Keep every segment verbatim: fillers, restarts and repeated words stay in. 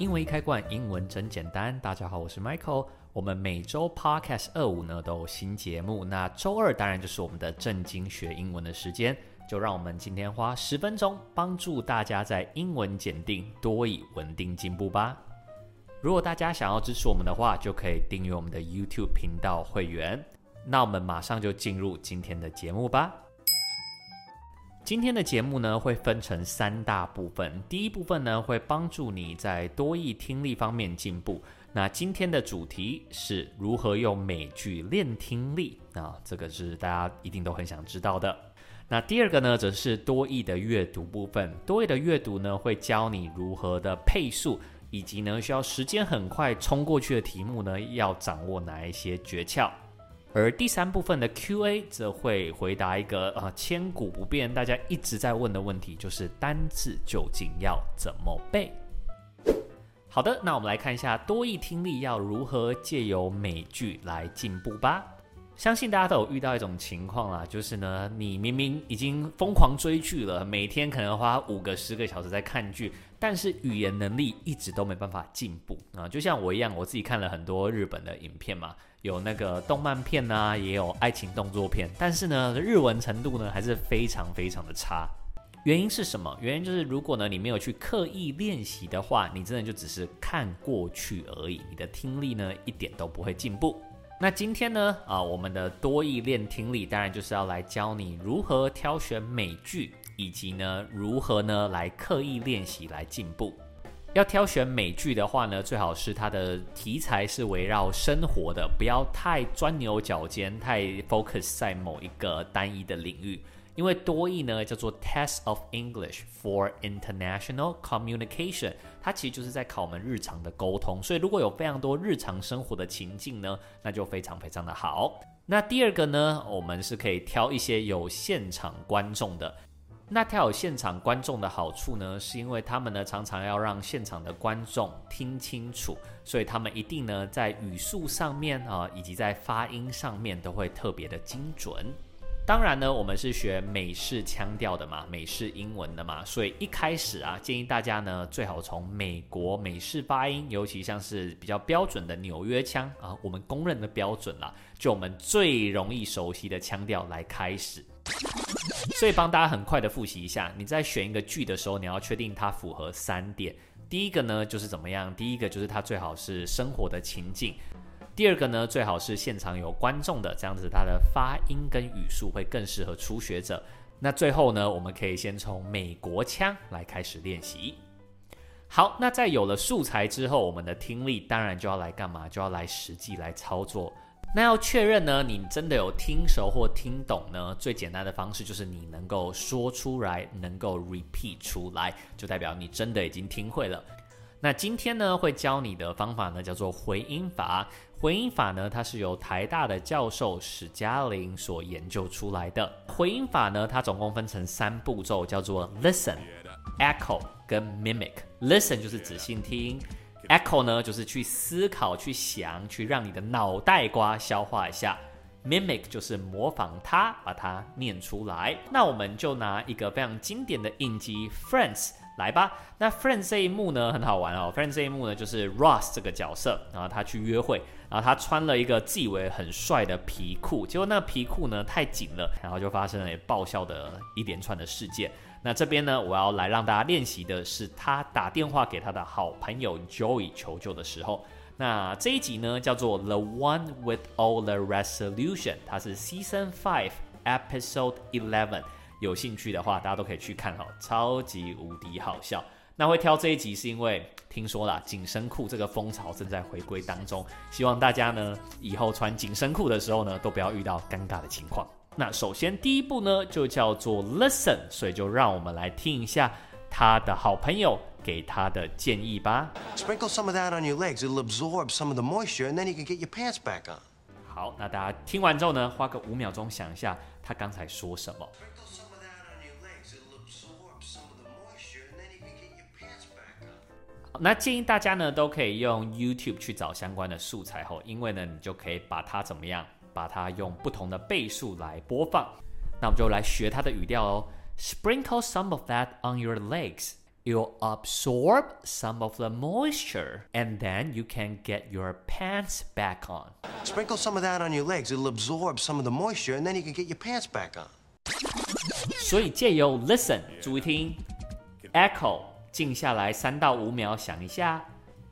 英文一开罐，英文真简单。大家好，我是 Michael。我们每周 Podcast 二五呢都有新节目，那周二当然就是我们的正经学英文的时间。就让我们今天花十分钟，帮助大家在英文检定多益稳定进步吧。如果大家想要支持我们的话，就可以订阅我们的 YouTube 频道会员。那我们马上就进入今天的节目吧。今天的节目呢会分成三大部分，第一部分呢会帮助你在多益听力方面进步。那今天的主题是如何用美剧练听力，那这个是大家一定都很想知道的。那第二个呢则是多益的阅读部分，多益的阅读呢会教你如何的配速，以及呢需要时间很快冲过去的题目呢要掌握哪一些诀窍。而第三部分的 Q A 则会回答一个、呃、千古不变大家一直在问的问题，就是单字究竟要怎么背。好的，那我们来看一下多益听力要如何借由美剧来进步吧。相信大家都有遇到一种情况啦，就是呢你明明已经疯狂追剧了，每天可能花五个十个小时在看剧，但是语言能力一直都没办法进步啊。就像我一样，我自己看了很多日本的影片嘛，有那个动漫片啊，也有爱情动作片，但是呢日文程度呢还是非常非常的差。原因是什么？原因就是如果呢你没有去刻意练习的话，你真的就只是看过去而已，你的听力呢一点都不会进步。那今天呢啊，我们的多益练听力当然就是要来教你如何挑选美剧，以及呢如何呢来刻意练习来进步。要挑选美剧的话呢，最好是它的题材是围绕生活的，不要太钻牛角尖，太 focus 在某一个单一的领域。因为多益呢叫做 Test of English for International Communication， 它其实就是在考我们日常的沟通，所以如果有非常多日常生活的情境呢，那就非常非常的好。那第二个呢，我们是可以挑一些有现场观众的。那挑有现场观众的好处呢，是因为他们呢常常要让现场的观众听清楚，所以他们一定呢在语速上面啊，以及在发音上面都会特别的精准。当然呢，我们是学美式腔调的嘛，美式英文的嘛，所以一开始啊，建议大家呢最好从美国美式发音，尤其像是比较标准的纽约腔啊，我们公认的标准啦，就我们最容易熟悉的腔调来开始。所以帮大家很快的复习一下，你在选一个剧的时候，你要确定它符合三点。第一个呢就是怎么样？第一个就是它最好是生活的情境。第二个呢，最好是现场有观众的，这样子它的发音跟语速会更适合初学者。那最后呢，我们可以先从美国腔来开始练习。好，那在有了素材之后，我们的听力当然就要来干嘛？就要来实际来操作。那要确认呢，你真的有听熟或听懂呢，最简单的方式就是你能够说出来，能够 repeat 出来，就代表你真的已经听会了。那今天呢会教你的方法呢叫做回音法。回音法呢它是由台大的教授史嘉玲所研究出来的。回音法呢它总共分成三步骤，叫做 listen、echo 跟 mimic。listen 就是仔细听， echo 呢就是去思考去想，去让你的脑袋瓜消化一下， mimic 就是模仿它，把它念出来。那我们就拿一个非常经典的影集 Friends来吧。那 Friends 这一幕呢很好玩哦。Friends 这一幕呢就是 Ross 这个角色，然后他去约会，然后他穿了一个自以为很帅的皮裤，结果那个皮裤呢太紧了，然后就发生了爆笑的一连串的事件。那这边呢我要来让大家练习的是他打电话给他的好朋友 Joey 求救的时候。那这一集呢叫做 The One with All the Resolution， 它是 Season five Episode eleven，有兴趣的话大家都可以去看哦，超级无敌好笑。那会挑这一集是因为听说啦，紧身裤这个风潮正在回归当中，希望大家呢以后穿紧身裤的时候呢都不要遇到尴尬的情况。那首先第一步呢就叫做 listen， 所以就让我们来听一下他的好朋友给他的建议吧。 Sprinkle some of that on your legs. It'll absorb some of the moisture and then you can get your pants back on. 好，那大家听完之后呢花个五秒钟想一下他刚才说什么。那建议大家呢都可以用 YouTube 去找相关的素材后，因为呢你就可以把它怎么样，把它用不同的倍数来播放。那我们就来学它的语调哦。Sprinkle some of that on your legs. You'll absorb some of the moisture, and then you can get your pants back on. Sprinkle some of that on your legs. It'll absorb some of the moisture, and then you can get your pants back on. 所以借由 listen 注意听 echo 静下来三到五秒想一下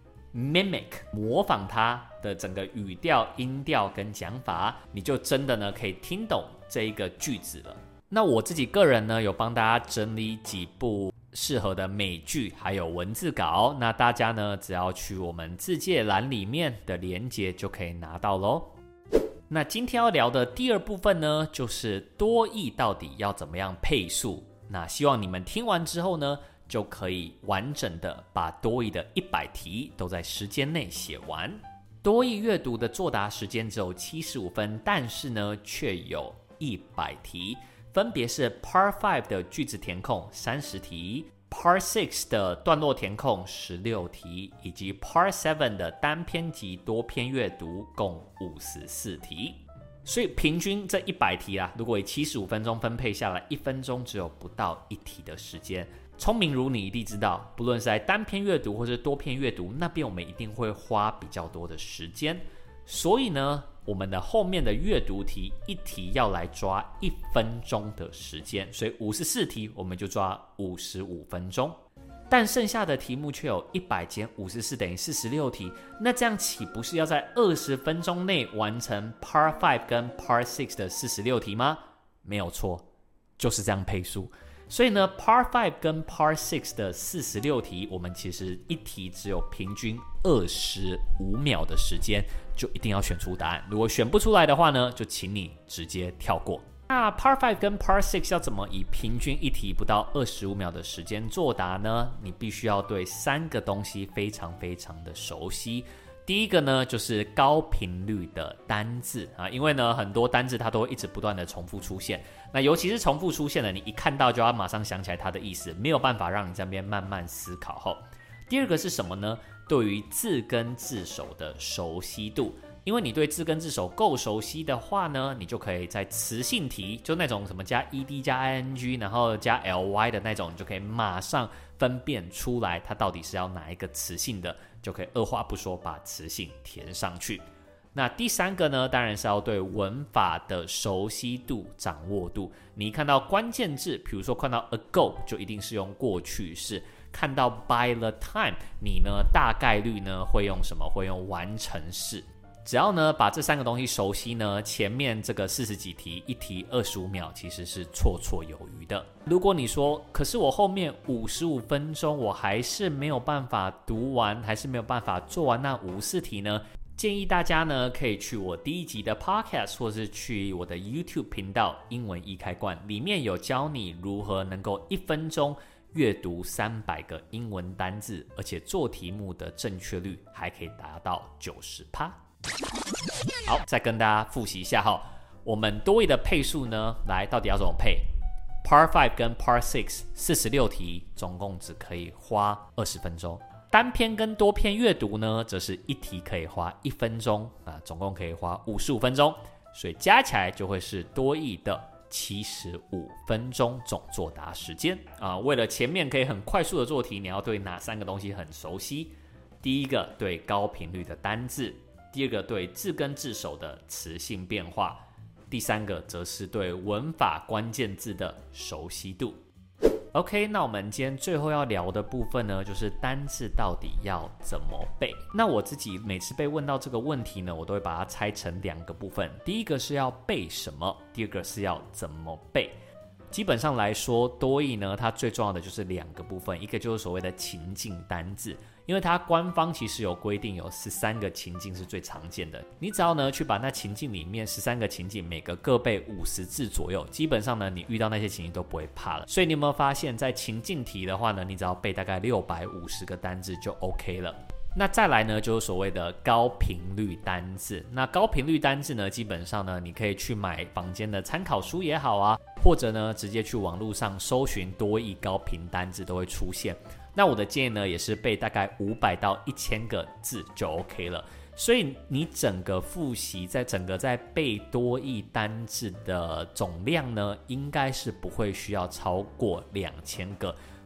mimic 模仿它的整个语调音调跟讲法，你就真的呢可以听懂这一个句子了。那我自己个人呢有帮大家整理几部适合的美剧还有文字稿，那大家呢只要去我们字界栏里面的连结就可以拿到咯。那今天要聊的第二部分呢，就是多益到底要怎么样配速。那希望你们听完之后呢，就可以完整的把多益的一百题都在时间内写完。多益阅读的作答时间只有七十五分，但是呢，却有一百题，分别是 Part 五 的句子填空三十题。Part 六 的段落填空十六题，以及 Part 七 的单篇及多篇阅读共五十四题。所以平均这一百题啊，如果以七十五分钟分配下来，一分钟只有不到一题的时间。聪明如你一定知道，不论是在单篇阅读或是多篇阅读，那边我们一定会花比较多的时间。所以呢，我们的后面的阅读题一题要来抓一分钟的时间，所以五十四题我们就抓五十五分钟。但剩下的题目却有一百减五十四等于四十六题，那这样岂不是要在二十分钟内完成 Part 五 跟 Part 六 的四十六题吗？没有错，就是这样配速。所以呢 Part 五 跟 Part 六 的四十六题，我们其实一题只有平均二十五秒的时间，就一定要选出答案。如果选不出来的话呢，就请你直接跳过。那 Part 五 跟 Part 六 要怎么以平均一题不到二十五秒的时间作答呢？你必须要对三个东西非常非常的熟悉。第一个呢，就是高频率的单字啊，因为呢，很多单字它都会一直不断的重复出现。那尤其是重复出现的，你一看到就要马上想起来它的意思，没有办法让你这边慢慢思考后。第二个是什么呢？对于字根字首的熟悉度。因为你对字根字首够熟悉的话呢，你就可以在词性题，就那种什么加 ed 加 ing 然后加 ly 的那种，你就可以马上分辨出来它到底是要哪一个词性的，就可以二话不说把词性填上去。那第三个呢，当然是要对文法的熟悉度、掌握度。你看到关键字，比如说看到 ago 就一定是用过去式，看到 by the time 你呢大概率呢会用什么？会用完成式。只要呢把这三个东西熟悉呢，前面这个四十几题一题二十五秒其实是绰绰有余的。如果你说可是我后面五十五分钟我还是没有办法读完，还是没有办法做完那五十四题呢，建议大家呢可以去我第一集的 podcast 或是去我的 YouTube 频道英文易开罐，里面有教你如何能够一分钟阅读三百个英文单字，而且做题目的正确率还可以达到 百分之九十。好，再跟大家复习一下哈，我们多益的配速呢，来到底要怎么配 ？Part 五 跟 Part 六 四十六题，总共只可以花二十分钟。单篇跟多篇阅读呢，则是一题可以花一分钟啊，总共可以花五十五分钟，所以加起来就会是多益的七十五分钟总作答时间啊。为了前面可以很快速的做题，你要对哪三个东西很熟悉？第一个对高频率的单字。第二个对字根字首的词性变化，第三个则是对文法关键字的熟悉度。OK， 那我们今天最后要聊的部分呢，就是单字到底要怎么背。那我自己每次被问到这个问题呢，我都会把它拆成两个部分，第一个是要背什么，第二个是要怎么背。基本上来说，多益呢，它最重要的就是两个部分，一个就是所谓的情境单字，因为它官方其实有规定，有十三个情境是最常见的。你只要呢去把那情境里面十三个情境每个各背五十字左右，基本上呢你遇到那些情境都不会怕了。所以你有没有发现，在情境题的话呢，你只要背大概六百五十个单字就 OK 了。那再来呢，就是所谓的高频率单字。那高频率单字呢，基本上呢，你可以去买坊间的参考书也好啊，或者呢，直接去网络上搜寻多益高频单字都会出现。那我的建议呢，也是背大概五百到一千个字就 OK 了。所以你整个复习，在整个在背多益单字的总量呢，应该是不会需要超过两千个。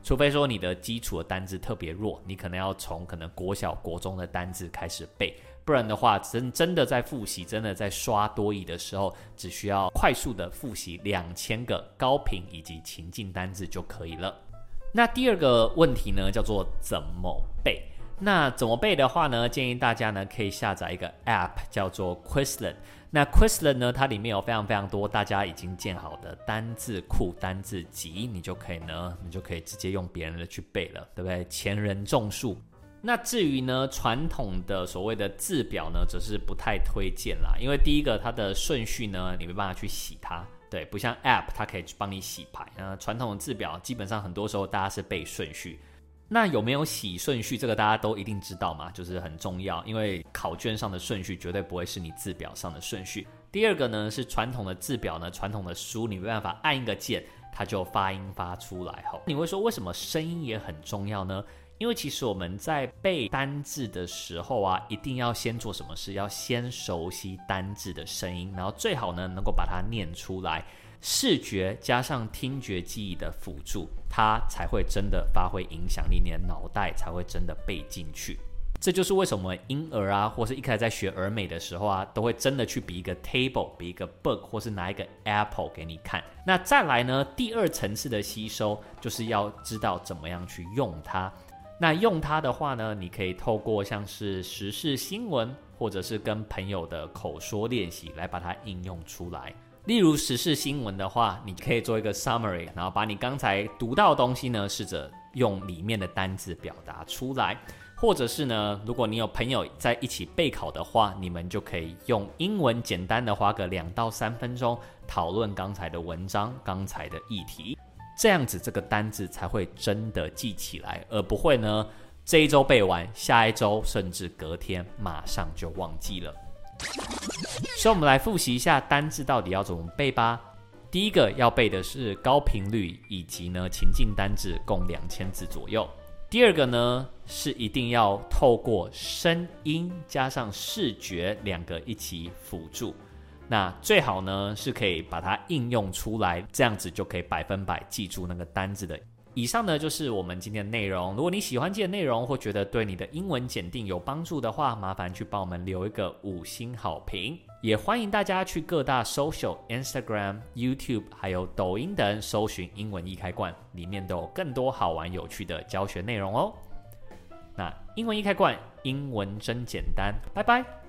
除非说你的基础的单字特别弱，你可能要从可能国小国中的单字开始背，不然的话真真的在复习，真的在刷多益的时候，只需要快速的复习两千个高频以及情境单字就可以了。那第二个问题呢，叫做怎么背。那怎么背的话呢，建议大家呢可以下载一个 App 叫做 Quizlet。 那 Quizlet 呢，它里面有非常非常多大家已经建好的单字库、单字集，你就可以呢你就可以直接用别人的去背了，对不对？前人种树。那至于呢传统的所谓的字表呢，则是不太推荐啦，因为第一个它的顺序呢你没办法去洗它，对，不像 App 它可以帮你洗牌。那传统的字表基本上很多时候大家是背顺序。那有没有洗顺序，这个大家都一定知道嘛，就是很重要，因为考卷上的顺序绝对不会是你字表上的顺序。第二个呢是传统的字表呢，传统的书你没办法按一个键它就发音发出来。你会说为什么声音也很重要呢？因为其实我们在背单字的时候啊，一定要先做什么事？要先熟悉单字的声音，然后最好呢能够把它念出来。视觉加上听觉记忆的辅助，它才会真的发挥影响力，你的脑袋才会真的背进去。这就是为什么婴儿啊，或是一开始在学儿美的时候啊，都会真的去比一个 table， 比一个 book， 或是拿一个 apple 给你看。那再来呢，第二层次的吸收，就是要知道怎么样去用它。那用它的话呢，你可以透过像是时事新闻，或者是跟朋友的口说练习来把它应用出来。例如时事新闻的话，你可以做一个 summary， 然后把你刚才读到的东西呢，试着用里面的单字表达出来。或者是呢，如果你有朋友在一起备考的话，你们就可以用英文简单的花个两到三分钟讨论刚才的文章、刚才的议题，这样子这个单字才会真的记起来，而不会呢这一周背完，下一周甚至隔天马上就忘记了。所以我们来复习一下单字到底要怎么背吧。第一个要背的是高频率以及呢情境单字，共两千字左右。第二个呢是一定要透过声音加上视觉两个一起辅助，那最好呢是可以把它应用出来，这样子就可以百分百记住那个单字的。以上呢就是我们今天的内容。如果你喜欢今天的内容，或觉得对你的英文检定有帮助的话，麻烦去帮我们留一个五星好评。也欢迎大家去各大 social、Instagram、YouTube 还有抖音等搜寻英文易开罐，里面都有更多好玩有趣的教学内容哦。那英文易开罐，英文真简单，拜拜。